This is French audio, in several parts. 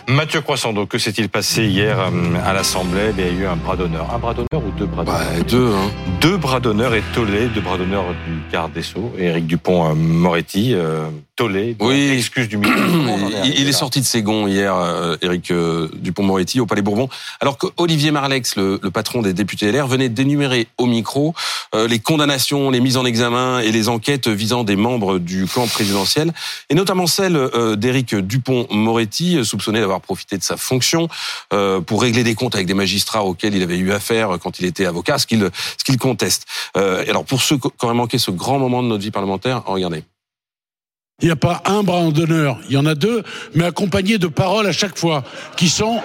Mathieu Croissando, que s'est-il passé hier à l'Assemblée? Il y a eu un bras d'honneur. Un bras d'honneur ou deux bras d'honneur? Deux. Deux bras d'honneur et tollé. Deux bras d'honneur du garde des Sceaux, Éric Dupond-Moretti. Tollé, oui, excuse du ministre. Il est sorti de ses gonds hier, Éric Dupond-Moretti, au Palais Bourbon, alors qu'Olivier Marleix, le patron des députés LR, venait d'énumérer au micro les condamnations, les mises en examen et les enquêtes visant des membres du camp présidentiel, et notamment celle d'Éric Dupond-Moretti, soupçonné d'avoir profité de sa fonction pour régler des comptes avec des magistrats auxquels il avait eu affaire quand il était avocat, ce qu'il conteste. Alors pour ceux qui auraient manqué ce grand moment de notre vie parlementaire, regardez. Il n'y a pas un bras d'honneur, il y en a deux, mais accompagnés de paroles à chaque fois, qui sont...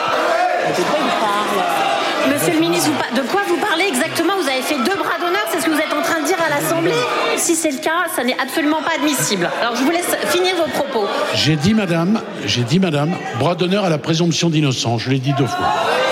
Monsieur le ministre, de quoi vous parlez exactement? Vous avez fait deux bras d'honneur, c'est ce que vous êtes en train de dire à l'Assemblée? Si c'est le cas, ça n'est absolument pas admissible. Alors je vous laisse finir vos propos. J'ai dit madame, bras d'honneur à la présomption d'innocence, je l'ai dit 2 fois.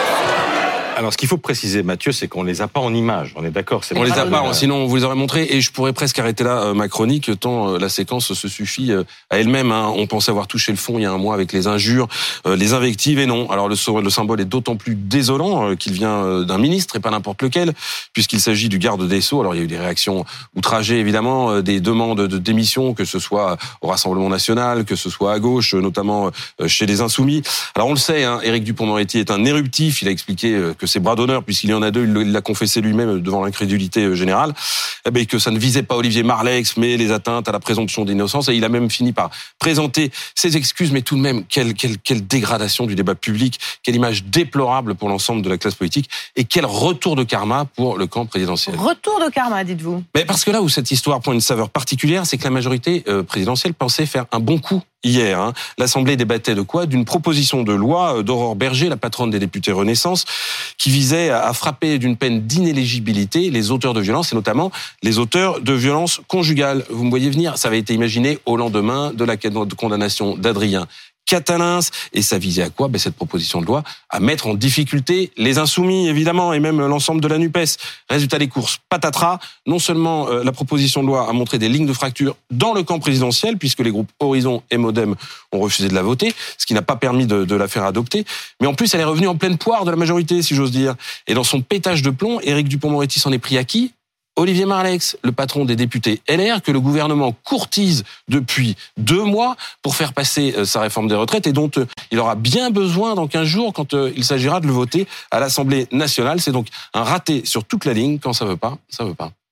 Alors, ce qu'il faut préciser, Mathieu, c'est qu'on les a pas en images. On est d'accord. On les a pas, sinon on vous les aurait montrés. Et je pourrais presque arrêter là ma chronique, tant la séquence se suffit à elle-même. On pensait avoir touché le fond il y a un mois avec les injures, les invectives, et non. Alors le symbole est d'autant plus désolant qu'il vient d'un ministre et pas n'importe lequel, puisqu'il s'agit du garde des Sceaux. Alors il y a eu des réactions outragées, évidemment, des demandes de démission, que ce soit au Rassemblement National, que ce soit à gauche, notamment chez les Insoumis. Alors on le sait, Éric Dupond-Moretti est un éruptif. Il a expliqué que ses bras d'honneur, puisqu'il y en a deux, il l'a confessé lui-même devant l'incrédulité générale, que ça ne visait pas Olivier Marleix, mais les atteintes à la présomption d'innocence. Et il a même fini par présenter ses excuses, mais tout de même, quelle dégradation du débat public, quelle image déplorable pour l'ensemble de la classe politique, et quel retour de karma pour le camp présidentiel. Retour de karma, dites-vous? Parce que là où cette histoire prend une saveur particulière, c'est que la majorité présidentielle pensait faire un bon coup. Hier, l'Assemblée débattait de quoi? D'une proposition de loi d'Aurore Berger, la patronne des députés Renaissance, qui visait à frapper d'une peine d'inéligibilité les auteurs de violences, et notamment les auteurs de violences conjugales. Vous me voyez venir, ça avait été imaginé au lendemain de la condamnation d'Adrien Quatennens, et ça visait à quoi? Cette proposition de loi, à mettre en difficulté les Insoumis, évidemment, et même l'ensemble de la NUPES. Résultat des courses, patatras. Non seulement la proposition de loi a montré des lignes de fracture dans le camp présidentiel, puisque les groupes Horizon et Modem ont refusé de la voter, ce qui n'a pas permis de la faire adopter, mais en plus elle est revenue en pleine poire de la majorité, si j'ose dire. Et dans son pétage de plomb, Éric Dupond-Moretti s'en est pris à qui? Olivier Marleix, le patron des députés LR, que le gouvernement courtise depuis 2 mois pour faire passer sa réforme des retraites, et dont il aura bien besoin dans 15 jours quand il s'agira de le voter à l'Assemblée nationale. C'est donc un raté sur toute la ligne. Quand ça veut pas, ça veut pas.